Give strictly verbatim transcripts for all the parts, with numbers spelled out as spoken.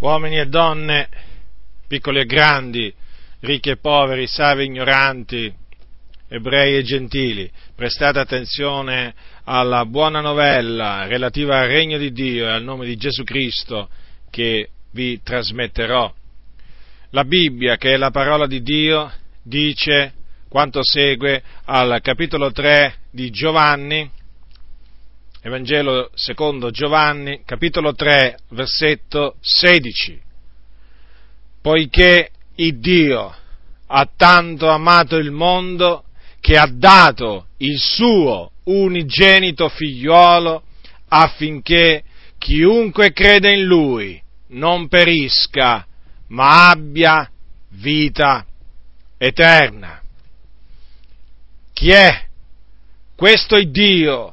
uomini e donne, piccoli e grandi, ricchi e poveri, savi e ignoranti, ebrei e gentili, prestate attenzione alla buona novella relativa al regno di Dio e al nome di Gesù Cristo che vi trasmetterò. La Bibbia, che è la parola di Dio, dice quanto segue al capitolo tre di Giovanni, Evangelo secondo Giovanni, capitolo tre, versetto sedici. Poiché il Dio ha tanto amato il mondo che ha dato il suo unigenito figliuolo affinché chiunque crede in Lui non perisca, ma abbia vita eterna. Chi è questo il Dio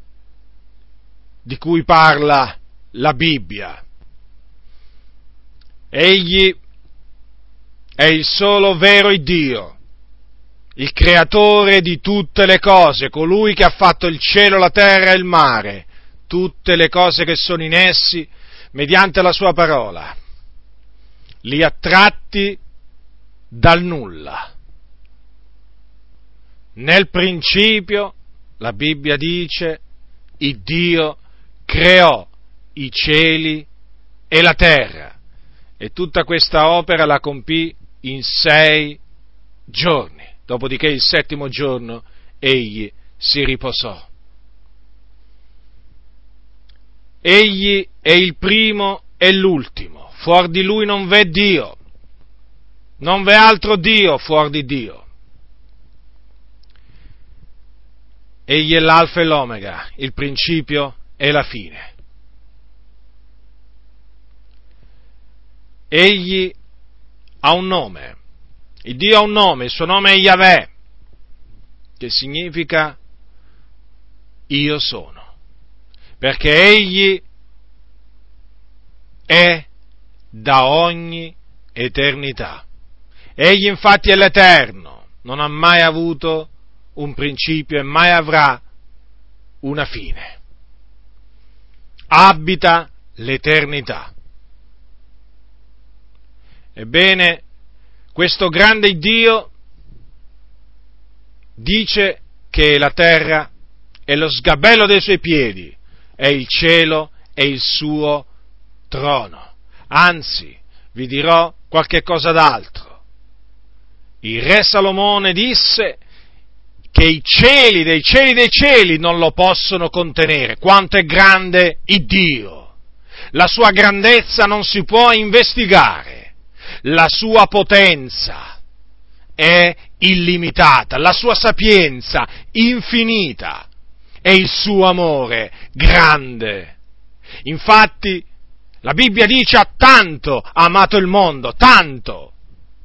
di cui parla la Bibbia? Egli è il solo vero Dio, il creatore di tutte le cose, colui che ha fatto il cielo, la terra e il mare, tutte le cose che sono in essi, mediante la sua parola. Li ha tratti dal nulla. Nel principio, la Bibbia dice, il Dio creò i cieli e la terra, e tutta questa opera la compì in sei giorni, dopodiché il settimo giorno egli si riposò. Egli è il primo e l'ultimo, fuori di lui non v'è Dio, non v'è altro Dio fuori di Dio. Egli è l'alfa e l'omega, il principio e la fine. Egli ha un nome, il Dio ha un nome, il suo nome è Yahweh, che significa io sono, perché egli è da ogni eternità. Egli infatti è l'Eterno, non ha mai avuto un principio e mai avrà una fine. Abita l'eternità. Ebbene, questo grande Dio dice che la terra è lo sgabello dei suoi piedi, è il cielo e il suo trono. Anzi, vi dirò qualche cosa d'altro. Il re Salomone disse che i cieli dei cieli dei cieli non lo possono contenere, quanto è grande il Dio. La sua grandezza non si può investigare, la sua potenza è illimitata, la sua sapienza infinita e il suo amore grande. Infatti, la Bibbia dice ha tanto amato il mondo, tanto,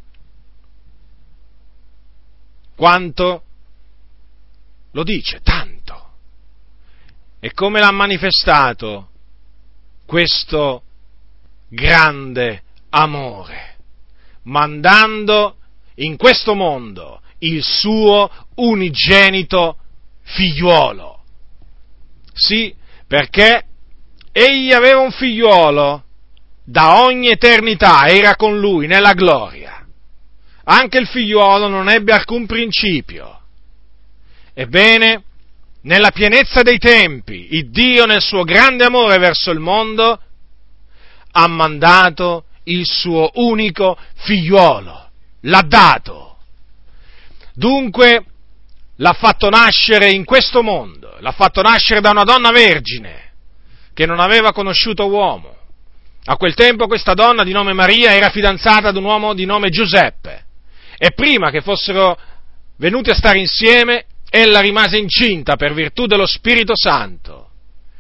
quanto lo dice, tanto. E come l'ha manifestato questo grande amore? Mandando in questo mondo il suo unigenito figliuolo. Sì, perché egli aveva un figliuolo da ogni eternità, era con lui nella gloria. Anche il figliuolo non ebbe alcun principio. Ebbene, nella pienezza dei tempi, il Dio, nel suo grande amore verso il mondo, ha mandato il suo unico figliuolo, l'ha dato. Dunque, l'ha fatto nascere in questo mondo, l'ha fatto nascere da una donna vergine, che non aveva conosciuto uomo. A quel tempo questa donna di nome Maria era fidanzata ad un uomo di nome Giuseppe, e prima che fossero venuti a stare insieme, ella rimase incinta per virtù dello Spirito Santo.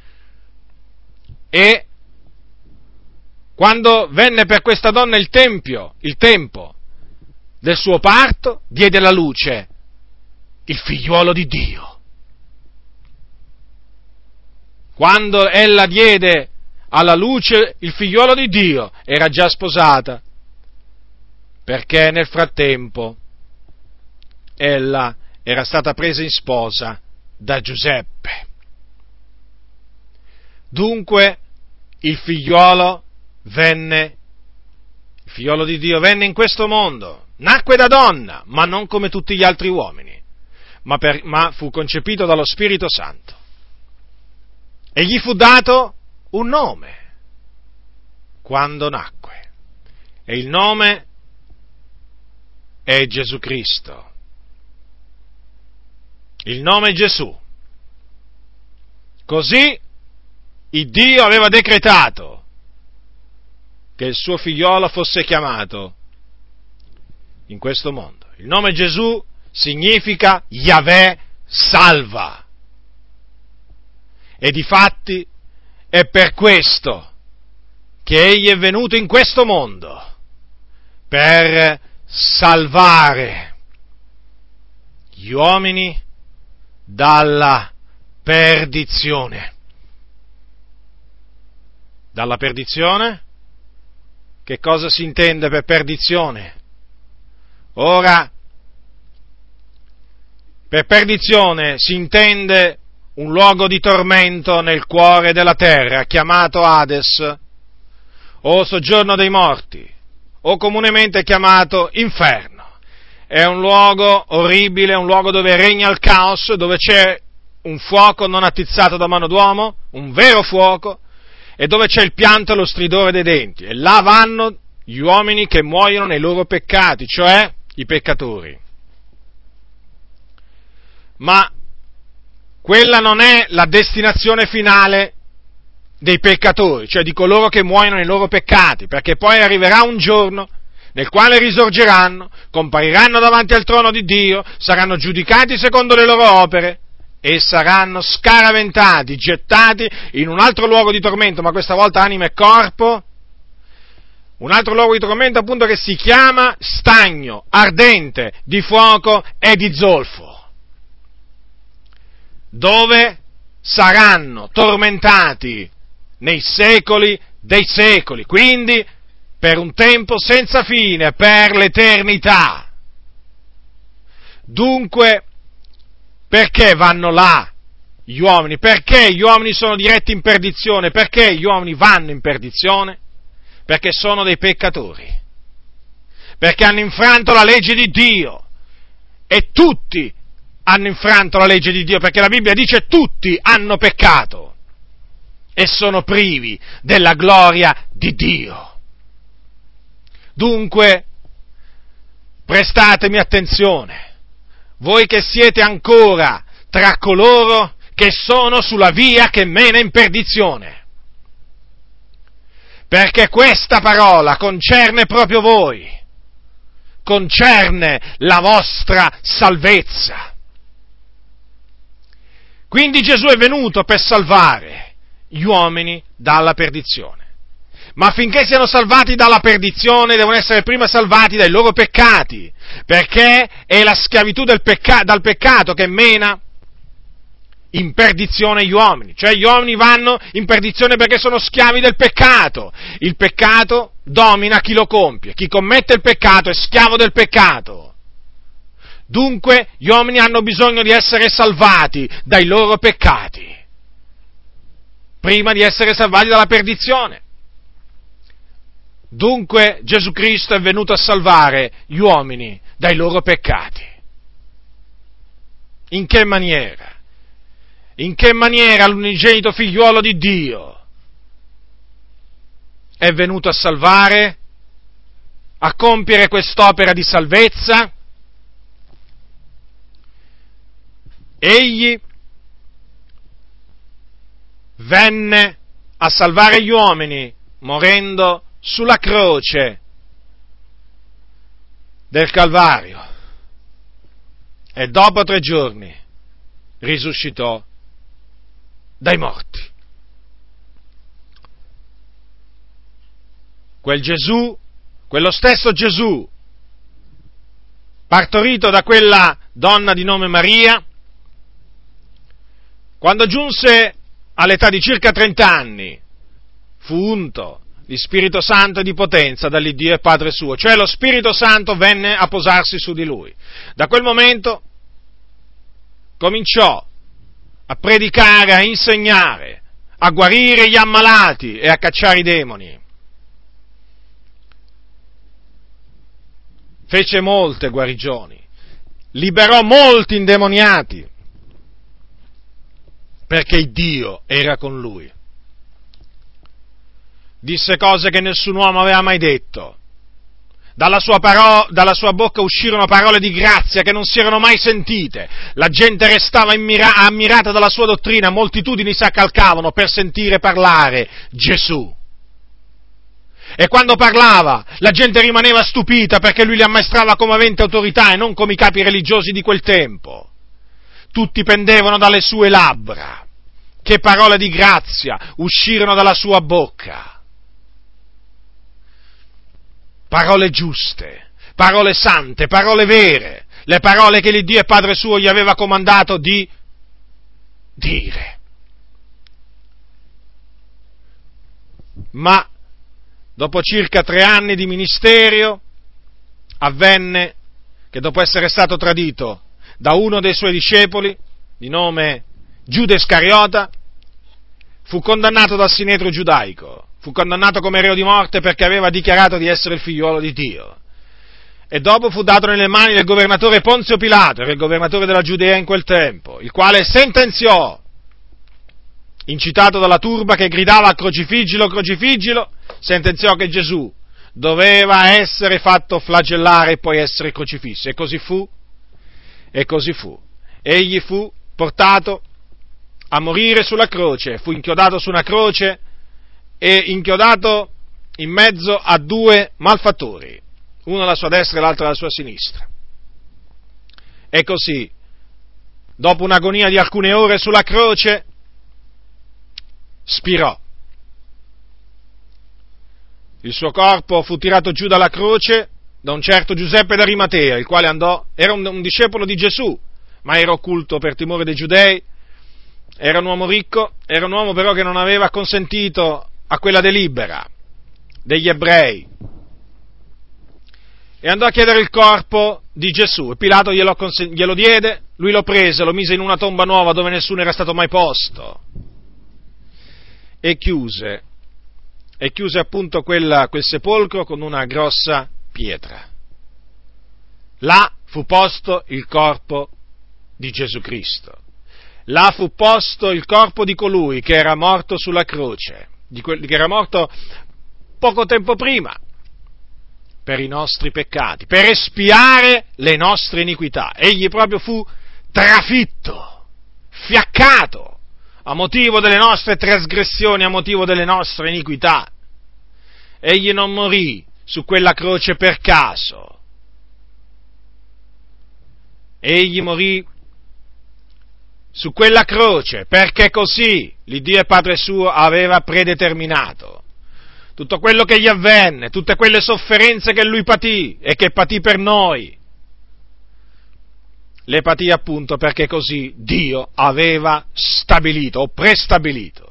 E quando venne per questa donna il tempio, il tempo del suo parto, diede alla luce il figliuolo di Dio. Quando ella diede alla luce il figliuolo di Dio, era già sposata, perché nel frattempo ella era stata presa in sposa da Giuseppe. Dunque il figliuolo venne Il figliolo di Dio venne in questo mondo, nacque da donna, ma non come tutti gli altri uomini, ma, per, ma fu concepito dallo Spirito Santo. E gli fu dato un nome quando nacque. E il nome è Gesù Cristo. Il nome è Gesù. Così il Dio aveva decretato che il suo figliolo fosse chiamato in questo mondo. Il nome Gesù significa Yahweh salva. E difatti è per questo che egli è venuto in questo mondo, per salvare gli uomini dalla perdizione. Dalla perdizione? Che cosa si intende per perdizione? Ora, per perdizione si intende un luogo di tormento nel cuore della terra, chiamato Hades, o soggiorno dei morti, o comunemente chiamato inferno. È un luogo orribile, un luogo dove regna il caos, dove c'è un fuoco non attizzato da mano d'uomo, un vero fuoco, e dove c'è il pianto e lo stridore dei denti. E là vanno gli uomini che muoiono nei loro peccati, cioè i peccatori. Ma quella non è la destinazione finale dei peccatori, cioè di coloro che muoiono nei loro peccati, perché poi arriverà un giorno nel quale risorgeranno, compariranno davanti al trono di Dio, saranno giudicati secondo le loro opere e saranno scaraventati, gettati in un altro luogo di tormento, ma questa volta anima e corpo, un altro luogo di tormento appunto che si chiama stagno ardente di fuoco e di zolfo, dove saranno tormentati nei secoli dei secoli, quindi per un tempo senza fine, per l'eternità. Dunque, perché vanno là gli uomini? Perché gli uomini sono diretti in perdizione? Perché gli uomini vanno in perdizione? Perché sono dei peccatori, perché hanno infranto la legge di Dio, e tutti hanno infranto la legge di Dio, perché la Bibbia dice tutti hanno peccato e sono privi della gloria di Dio. Dunque, prestatemi attenzione, voi che siete ancora tra coloro che sono sulla via che mena in perdizione, perché questa parola concerne proprio voi, concerne la vostra salvezza. Quindi Gesù è venuto per salvare gli uomini dalla perdizione. Ma affinché siano salvati dalla perdizione devono essere prima salvati dai loro peccati, perché è la schiavitù del pecca- dal peccato che mena in perdizione gli uomini, cioè gli uomini vanno in perdizione perché sono schiavi del peccato. Il peccato domina chi lo compie, chi commette il peccato è schiavo del peccato. Dunque gli uomini hanno bisogno di essere salvati dai loro peccati, prima di essere salvati dalla perdizione. Dunque Gesù Cristo è venuto a salvare gli uomini dai loro peccati. In che maniera? In che maniera l'unigenito figliuolo di Dio è venuto a salvare, a compiere quest'opera di salvezza? Egli venne a salvare gli uomini morendo sulla croce del Calvario e dopo tre giorni risuscitò dai morti. Quel Gesù, quello stesso Gesù, partorito da quella donna di nome Maria, quando giunse all'età di circa trent'anni, fu unto di Spirito Santo e di potenza dall'Iddio e Padre suo, cioè lo Spirito Santo venne a posarsi su di lui. Da quel momento cominciò a predicare, a insegnare, a guarire gli ammalati e a cacciare i demoni. fece molte guarigioni, liberò molti indemoniati, perché Dio era con lui. Disse cose che nessun uomo aveva mai detto. Dalla sua, paro- dalla sua bocca uscirono parole di grazia che non si erano mai sentite. La gente restava immira- ammirata dalla sua dottrina, moltitudini si accalcavano per sentire parlare Gesù. E quando parlava, la gente rimaneva stupita perché lui li ammaestrava come avente autorità e non come i capi religiosi di quel tempo. Tutti pendevano dalle sue labbra. Che parole di grazia uscirono dalla sua bocca. Parole giuste, parole sante, parole vere, le parole che l'Iddio e Padre suo gli aveva comandato di dire. Ma dopo circa tre anni di ministerio avvenne che dopo essere stato tradito da uno dei suoi discepoli, di nome Giuda Iscariota, fu condannato dal sinedrio giudaico. Fu condannato come reo di morte perché aveva dichiarato di essere il figliuolo di Dio. E dopo fu dato nelle mani del governatore Ponzio Pilato, era il governatore della Giudea in quel tempo, il quale sentenziò, incitato dalla turba che gridava crocifiggilo, crocifiggilo, sentenziò che Gesù doveva essere fatto flagellare e poi essere crocifisso. E così fu, e così fu. Egli fu portato a morire sulla croce, fu inchiodato su una croce e inchiodato in mezzo a due malfattori, uno alla sua destra e l'altro alla sua sinistra. E così, dopo un'agonia di alcune ore sulla croce, spirò. Il suo corpo fu tirato giù dalla croce da un certo Giuseppe d'Arimatea, il quale andò, era un, un discepolo di Gesù, ma era occulto per timore dei giudei, era un uomo ricco, era un uomo però che non aveva consentito a quella delibera degli ebrei, e andò a chiedere il corpo di Gesù, e Pilato glielo, consen- glielo diede, lui lo prese, lo mise in una tomba nuova dove nessuno era stato mai posto, e chiuse, e chiuse appunto quella, quel sepolcro con una grossa pietra. Là fu posto il corpo di Gesù Cristo, là fu posto il corpo di colui che era morto sulla croce, di quel, che era morto poco tempo prima per i nostri peccati, per espiare le nostre iniquità. Egli proprio fu trafitto, fiaccato, a motivo delle nostre trasgressioni, a motivo delle nostre iniquità. Egli non morì su quella croce per caso. Egli morì su quella croce perché così l'Iddio e Padre suo aveva predeterminato. Tutto quello che gli avvenne, tutte quelle sofferenze che lui patì e che patì per noi, le patì appunto perché così Dio aveva stabilito o prestabilito.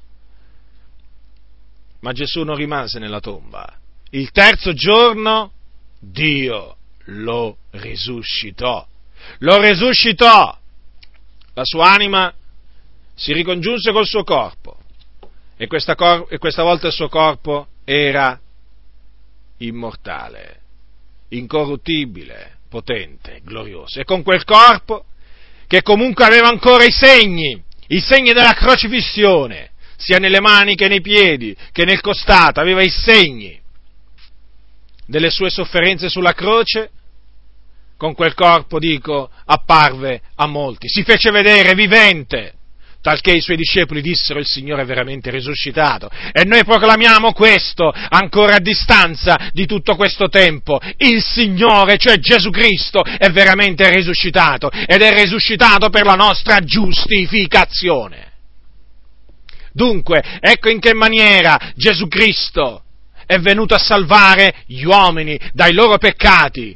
Ma Gesù non rimase nella tomba. Il terzo giorno Dio lo risuscitò. Lo risuscitò. La sua anima si ricongiunse col suo corpo. E questa, cor- e questa volta il suo corpo era immortale, incorruttibile, potente, glorioso. E con quel corpo, che comunque aveva ancora i segni, i segni della crocifissione, sia nelle mani che nei piedi, che nel costato, aveva i segni delle sue sofferenze sulla croce, con quel corpo, dico, apparve a molti, si fece vedere vivente, talché i suoi discepoli dissero: il Signore è veramente risuscitato. E noi proclamiamo questo ancora a distanza di tutto questo tempo: il Signore, cioè Gesù Cristo, è veramente risuscitato, ed è risuscitato per la nostra giustificazione. Dunque, ecco in che maniera Gesù Cristo è venuto a salvare gli uomini dai loro peccati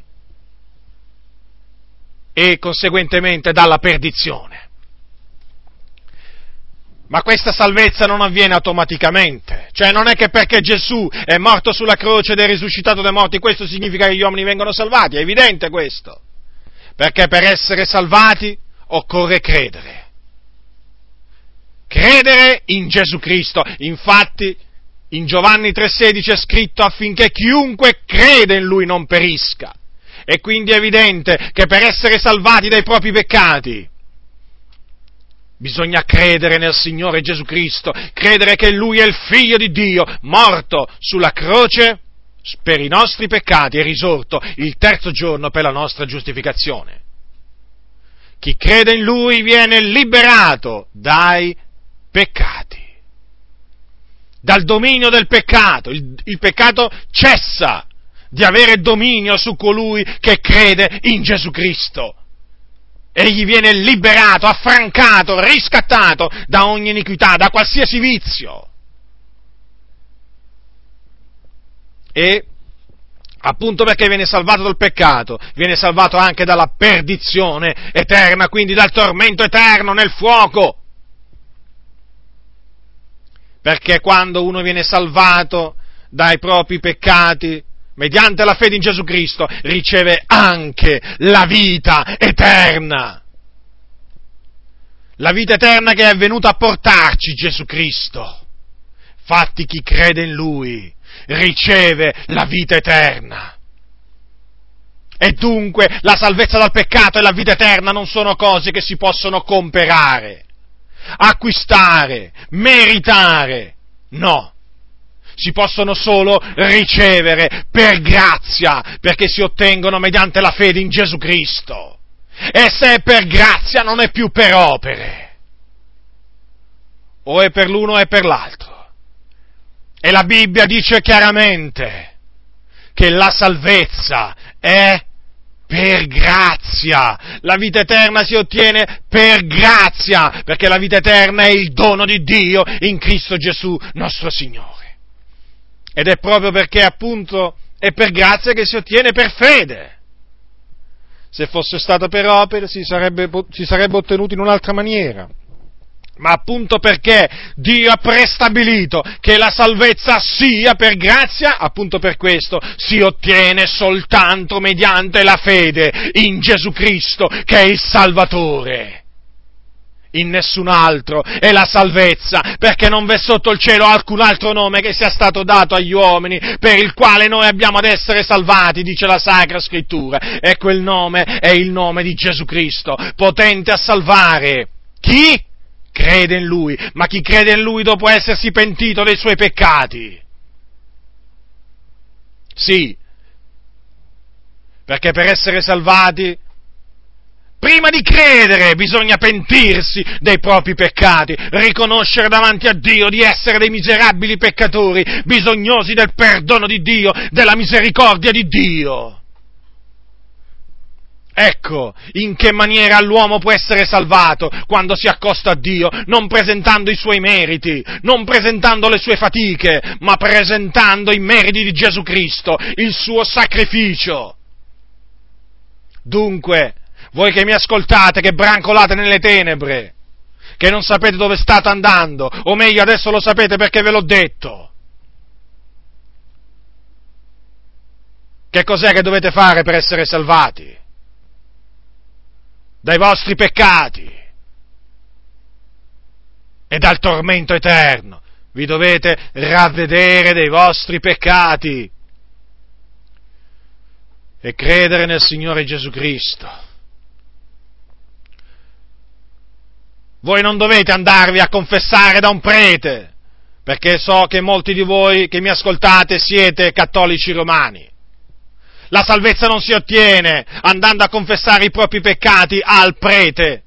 e conseguentemente dalla perdizione. Ma questa salvezza non avviene automaticamente, cioè non è che perché Gesù è morto sulla croce ed è risuscitato dai morti, questo significa che gli uomini vengono salvati, è evidente questo, perché per essere salvati occorre credere, credere in Gesù Cristo. Infatti in Giovanni tre sedici è scritto: affinché chiunque crede in Lui non perisca, è quindi evidente che per essere salvati dai propri peccati bisogna credere nel Signore Gesù Cristo, credere che Lui è il Figlio di Dio, morto sulla croce per i nostri peccati e risorto il terzo giorno per la nostra giustificazione. Chi crede in Lui viene liberato dai peccati, dal dominio del peccato. Il, il peccato cessa di avere dominio su colui che crede in Gesù Cristo. Egli viene liberato, affrancato, riscattato da ogni iniquità, da qualsiasi vizio. E appunto perché viene salvato dal peccato, viene salvato anche dalla perdizione eterna, quindi dal tormento eterno nel fuoco. Perché quando uno viene salvato dai propri peccati, mediante la fede in Gesù Cristo, riceve anche la vita eterna. La vita eterna che è venuta a portarci Gesù Cristo. Infatti chi crede in Lui riceve la vita eterna. E dunque la salvezza dal peccato e la vita eterna non sono cose che si possono comprare, acquistare, meritare. No. Si possono solo ricevere per grazia, perché si ottengono mediante la fede in Gesù Cristo. E se è per grazia non è più per opere. O è per l'uno o è per l'altro. E la Bibbia dice chiaramente che la salvezza è per grazia. La vita eterna si ottiene per grazia, perché la vita eterna è il dono di Dio in Cristo Gesù nostro Signore. Ed è proprio perché appunto è per grazia che si ottiene per fede. Se fosse stata per opere si sarebbe, si sarebbe ottenuto in un'altra maniera. Ma appunto perché Dio ha prestabilito che la salvezza sia per grazia, appunto per questo si ottiene soltanto mediante la fede in Gesù Cristo, che è il Salvatore. In nessun altro è la salvezza, perché non v'è sotto il cielo alcun altro nome che sia stato dato agli uomini per il quale noi abbiamo ad essere salvati, dice la Sacra Scrittura, e quel nome è il nome di Gesù Cristo, potente a salvare chi crede in Lui, ma chi crede in Lui dopo essersi pentito dei suoi peccati. Sì, perché per essere salvati, prima di credere bisogna pentirsi dei propri peccati, riconoscere davanti a Dio di essere dei miserabili peccatori, bisognosi del perdono di Dio, della misericordia di Dio. Ecco in che maniera l'uomo può essere salvato quando si accosta a Dio, non presentando i suoi meriti, non presentando le sue fatiche, ma presentando i meriti di Gesù Cristo, il suo sacrificio. Dunque, voi che mi ascoltate, che brancolate nelle tenebre, che non sapete dove state andando, o meglio adesso lo sapete perché ve l'ho detto. Che cos'è che dovete fare per essere salvati? Dai vostri peccati e dal tormento eterno. Vi dovete ravvedere dei vostri peccati e credere nel Signore Gesù Cristo. Voi non dovete andarvi a confessare da un prete, perché so che molti di voi che mi ascoltate siete cattolici romani. La salvezza non si ottiene andando a confessare i propri peccati al prete,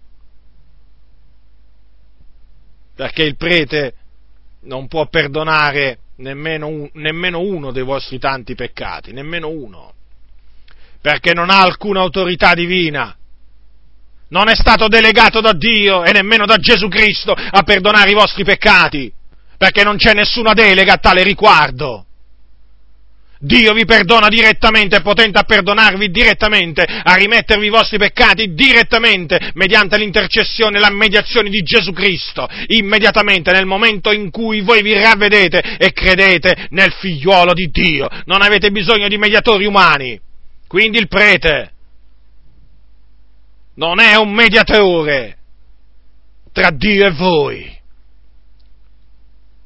perché il prete non può perdonare nemmeno, un, nemmeno uno dei vostri tanti peccati, nemmeno uno, perché non ha alcuna autorità divina, non è stato delegato da Dio e nemmeno da Gesù Cristo a perdonare i vostri peccati, perché non c'è nessuna delega a tale riguardo. Dio vi perdona direttamente, è potente a perdonarvi direttamente, a rimettervi i vostri peccati direttamente, mediante l'intercessione e la mediazione di Gesù Cristo, immediatamente nel momento in cui voi vi ravvedete e credete nel figliuolo di Dio. Non avete bisogno di mediatori umani. Quindi il prete non è un mediatore tra Dio e voi.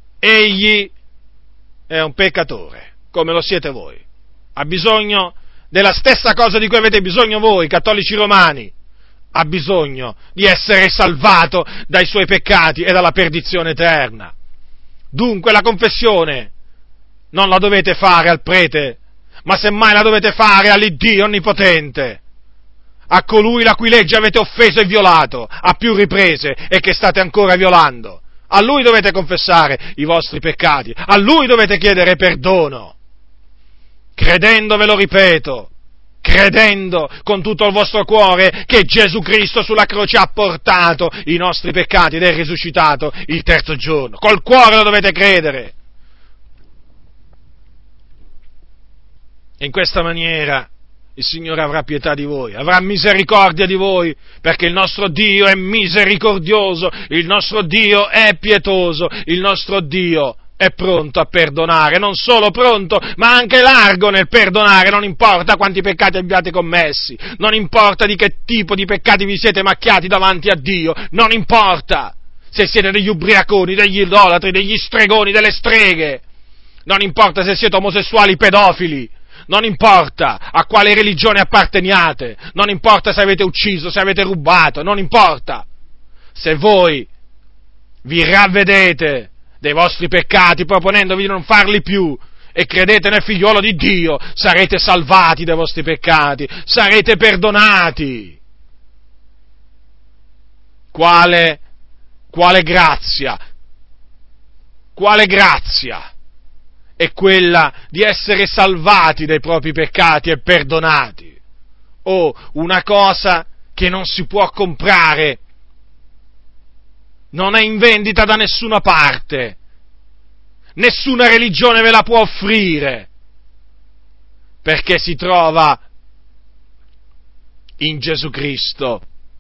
Egli è un peccatore, come lo siete voi. Ha bisogno della stessa cosa di cui avete bisogno voi, cattolici romani. Ha bisogno di essere salvato dai suoi peccati e dalla perdizione eterna. Dunque la confessione non la dovete fare al prete, ma semmai la dovete fare all'Iddio onnipotente, a colui la cui legge avete offeso e violato a più riprese e che state ancora violando. A Lui dovete confessare i vostri peccati, a Lui dovete chiedere perdono, credendo, ve lo ripeto, credendo con tutto il vostro cuore che Gesù Cristo sulla croce ha portato i nostri peccati ed è risuscitato il terzo giorno. Col cuore lo dovete credere. E in questa maniera il Signore avrà pietà di voi, avrà misericordia di voi, perché il nostro Dio è misericordioso, il nostro Dio è pietoso, il nostro Dio è pronto a perdonare, non solo pronto, ma anche largo nel perdonare, non importa quanti peccati abbiate commessi, non importa di che tipo di peccati vi siete macchiati davanti a Dio, non importa se siete degli ubriaconi, degli idolatri, degli stregoni, delle streghe, non importa se siete omosessuali, pedofili, non importa a quale religione apparteniate, non importa se avete ucciso, se avete rubato, non importa. Se voi vi ravvedete dei vostri peccati proponendovi di non farli più e credete nel figliuolo di Dio, sarete salvati dai vostri peccati, sarete perdonati. Quale, quale grazia, quale grazia è quella di essere salvati dai propri peccati e perdonati? Oh, una cosa che non si può comprare, non è in vendita da nessuna parte, nessuna religione ve la può offrire, perché si trova in Gesù Cristo.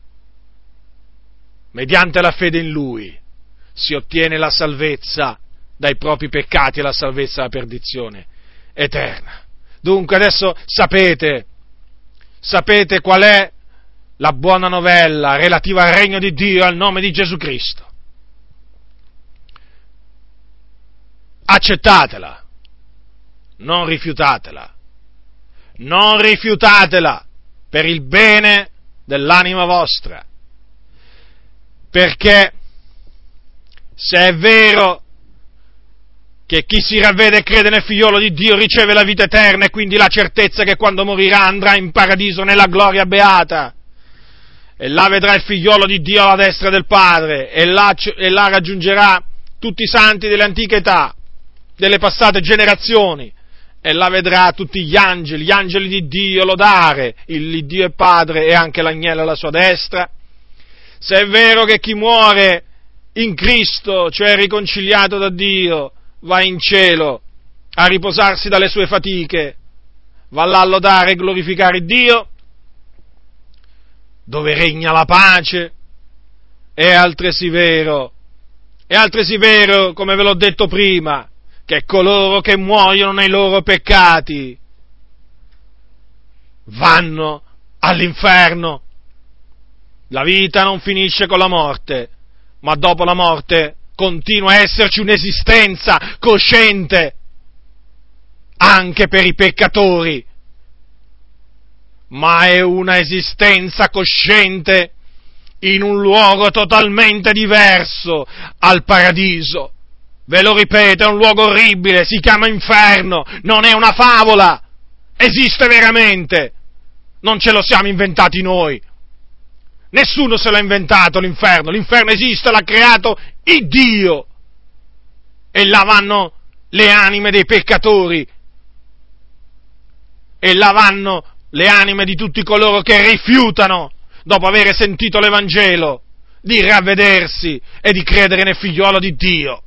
Mediante la fede in Lui si ottiene la salvezza dai propri peccati e la salvezza dalla perdizione eterna. Dunque adesso sapete, sapete qual è la buona novella relativa al regno di Dio e al nome di Gesù Cristo. Accettatela, non rifiutatela, non rifiutatela per il bene dell'anima vostra, perché se è vero che chi si ravvede e crede nel figliolo di Dio riceve la vita eterna e quindi la certezza che quando morirà andrà in paradiso nella gloria beata, e là vedrà il figliolo di Dio alla destra del Padre, e là, e là raggiungerà tutti i santi delle antiche età, delle passate generazioni, e là vedrà tutti gli angeli, gli angeli di Dio lodare il Dio e Padre e anche l'agnello alla sua destra. Se è vero che chi muore in Cristo, cioè riconciliato da Dio, va in cielo a riposarsi dalle sue fatiche, va là a lodare e glorificare Dio, dove regna la pace, è altresì vero, è altresì vero, come ve l'ho detto prima, che coloro che muoiono nei loro peccati vanno all'inferno. La vita non finisce con la morte, ma dopo la morte continua a esserci un'esistenza cosciente anche per i peccatori, ma è una esistenza cosciente in un luogo totalmente diverso al paradiso. Ve lo ripeto, è un luogo orribile, si chiama inferno, non è una favola, esiste veramente, non ce lo siamo inventati noi, nessuno se l'ha inventato l'inferno, l'inferno esiste, l'ha creato il Dio, e là vanno le anime dei peccatori, e là vanno le anime di tutti coloro che rifiutano, dopo aver sentito l'Evangelo, di ravvedersi e di credere nel figliuolo di Dio.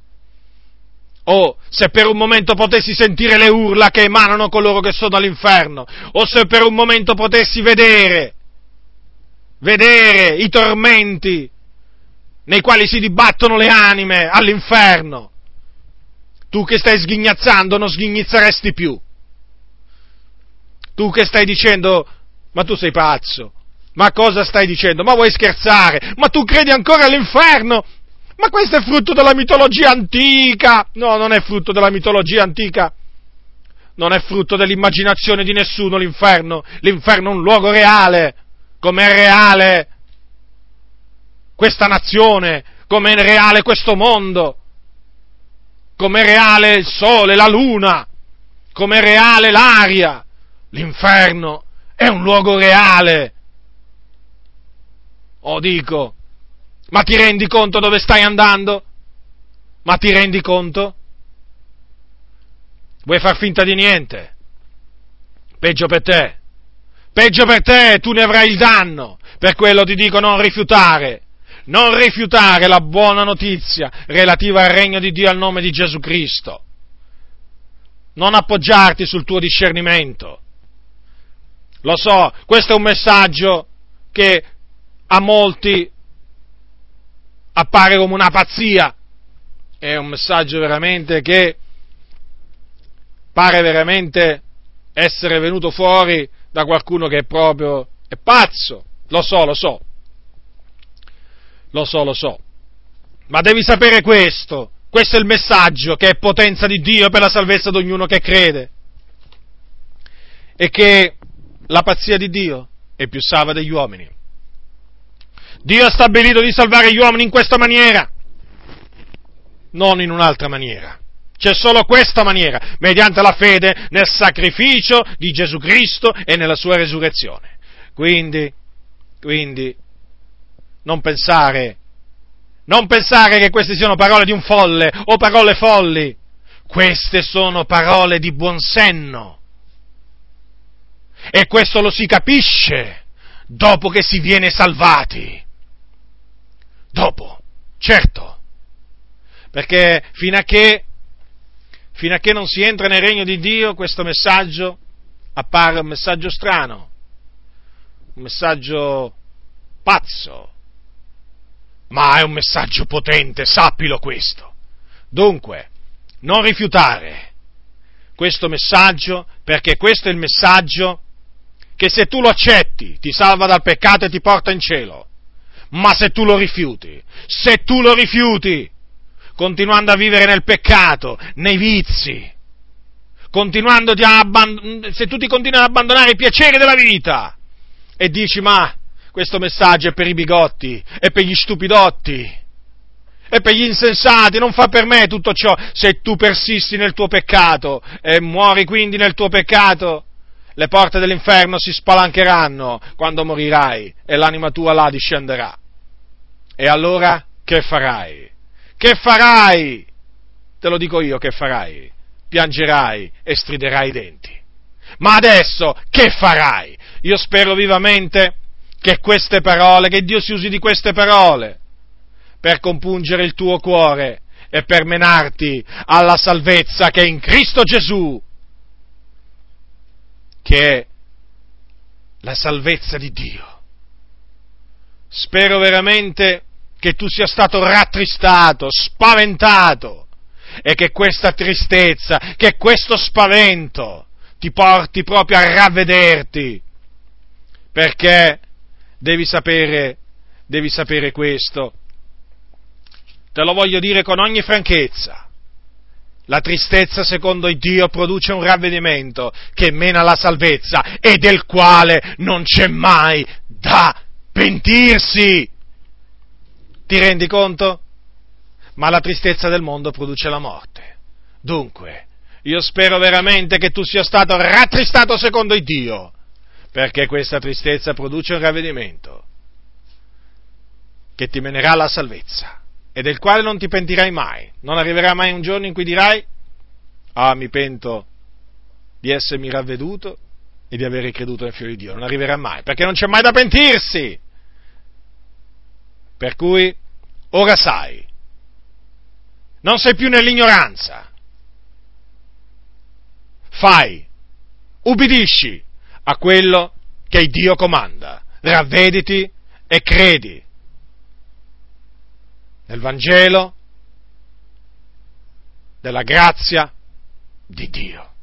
Oh, se per un momento potessi sentire le urla che emanano coloro che sono all'inferno, o se per un momento potessi vedere, vedere i tormenti nei quali si dibattono le anime all'inferno, tu che stai sghignazzando non sghignazzeresti più. Tu che stai dicendo, ma tu sei pazzo, ma cosa stai dicendo? Ma vuoi scherzare? Ma tu credi ancora all'inferno? Ma questo è frutto della mitologia antica! No, non è frutto della mitologia antica. non è frutto dell'immaginazione di nessuno l'inferno, l'inferno è un luogo reale, come è reale questa nazione, come è reale questo mondo, come è reale il sole, la luna, come è reale l'aria. L'inferno è un luogo reale. Oh, dico, ma ti rendi conto dove stai andando? Ma ti rendi conto? Vuoi far finta di niente? Peggio per te. Peggio per te, tu ne avrai il danno. Per quello ti dico non rifiutare. Non rifiutare la buona notizia relativa al regno di Dio al nome di Gesù Cristo. Non appoggiarti sul tuo discernimento. Lo so, questo è un messaggio che a molti appare come una pazzia. È un messaggio veramente che pare veramente essere venuto fuori da qualcuno che è proprio è pazzo. Lo so, lo so. Lo so, lo so. Ma devi sapere questo. Questo è il messaggio che è potenza di Dio per la salvezza di ognuno che crede. E che la pazzia di Dio è più salva degli uomini. Dio ha stabilito di salvare gli uomini in questa maniera, non in un'altra maniera. C'è solo questa maniera, mediante la fede nel sacrificio di Gesù Cristo e nella sua resurrezione. Quindi, quindi, non pensare, non pensare che queste siano parole di un folle o parole folli. Queste sono parole di buon senno. E questo lo si capisce dopo che si viene salvati. Dopo, certo. Perché fino a che Fino a che non si entra nel regno di Dio, questo messaggio appare un messaggio strano, un messaggio pazzo, ma è un messaggio potente, sappilo questo. Dunque, non rifiutare questo messaggio, perché questo è il messaggio che se tu lo accetti ti salva dal peccato e ti porta in cielo, ma se tu lo rifiuti, se tu lo rifiuti, continuando a vivere nel peccato, nei vizi, continuando a abband- se tu ti continui ad abbandonare i piaceri della vita e dici ma questo messaggio è per i bigotti, è per gli stupidotti, è per gli insensati, non fa per me tutto ciò, se tu persisti nel tuo peccato e muori quindi nel tuo peccato, le porte dell'inferno si spalancheranno quando morirai e l'anima tua là discenderà. E allora che farai? Che farai? Te lo dico io che farai. Piangerai e striderai i denti. Ma adesso che farai? Io spero vivamente che queste parole, che Dio si usi di queste parole per compungere il tuo cuore e per menarti alla salvezza che è in Cristo Gesù, che è la salvezza di Dio. Spero veramente che tu sia stato rattristato, spaventato, e che questa tristezza, che questo spavento ti porti proprio a ravvederti, perché devi sapere, devi sapere questo, te lo voglio dire con ogni franchezza, la tristezza secondo Dio produce un ravvedimento che mena alla salvezza e del quale non c'è mai da pentirsi. Ti rendi conto? Ma la tristezza del mondo produce la morte. Dunque, io spero veramente che tu sia stato rattristato secondo il Dio, perché questa tristezza produce un ravvedimento che ti menerà alla salvezza e del quale non ti pentirai mai. Non arriverà mai un giorno in cui dirai: ah, mi pento di essermi ravveduto e di avere creduto nel Figlio di Dio. Non arriverà mai, perché non c'è mai da pentirsi. Per cui, ora sai, non sei più nell'ignoranza, fai, ubbidisci a quello che Dio comanda, ravvediti e credi nel Vangelo della grazia di Dio.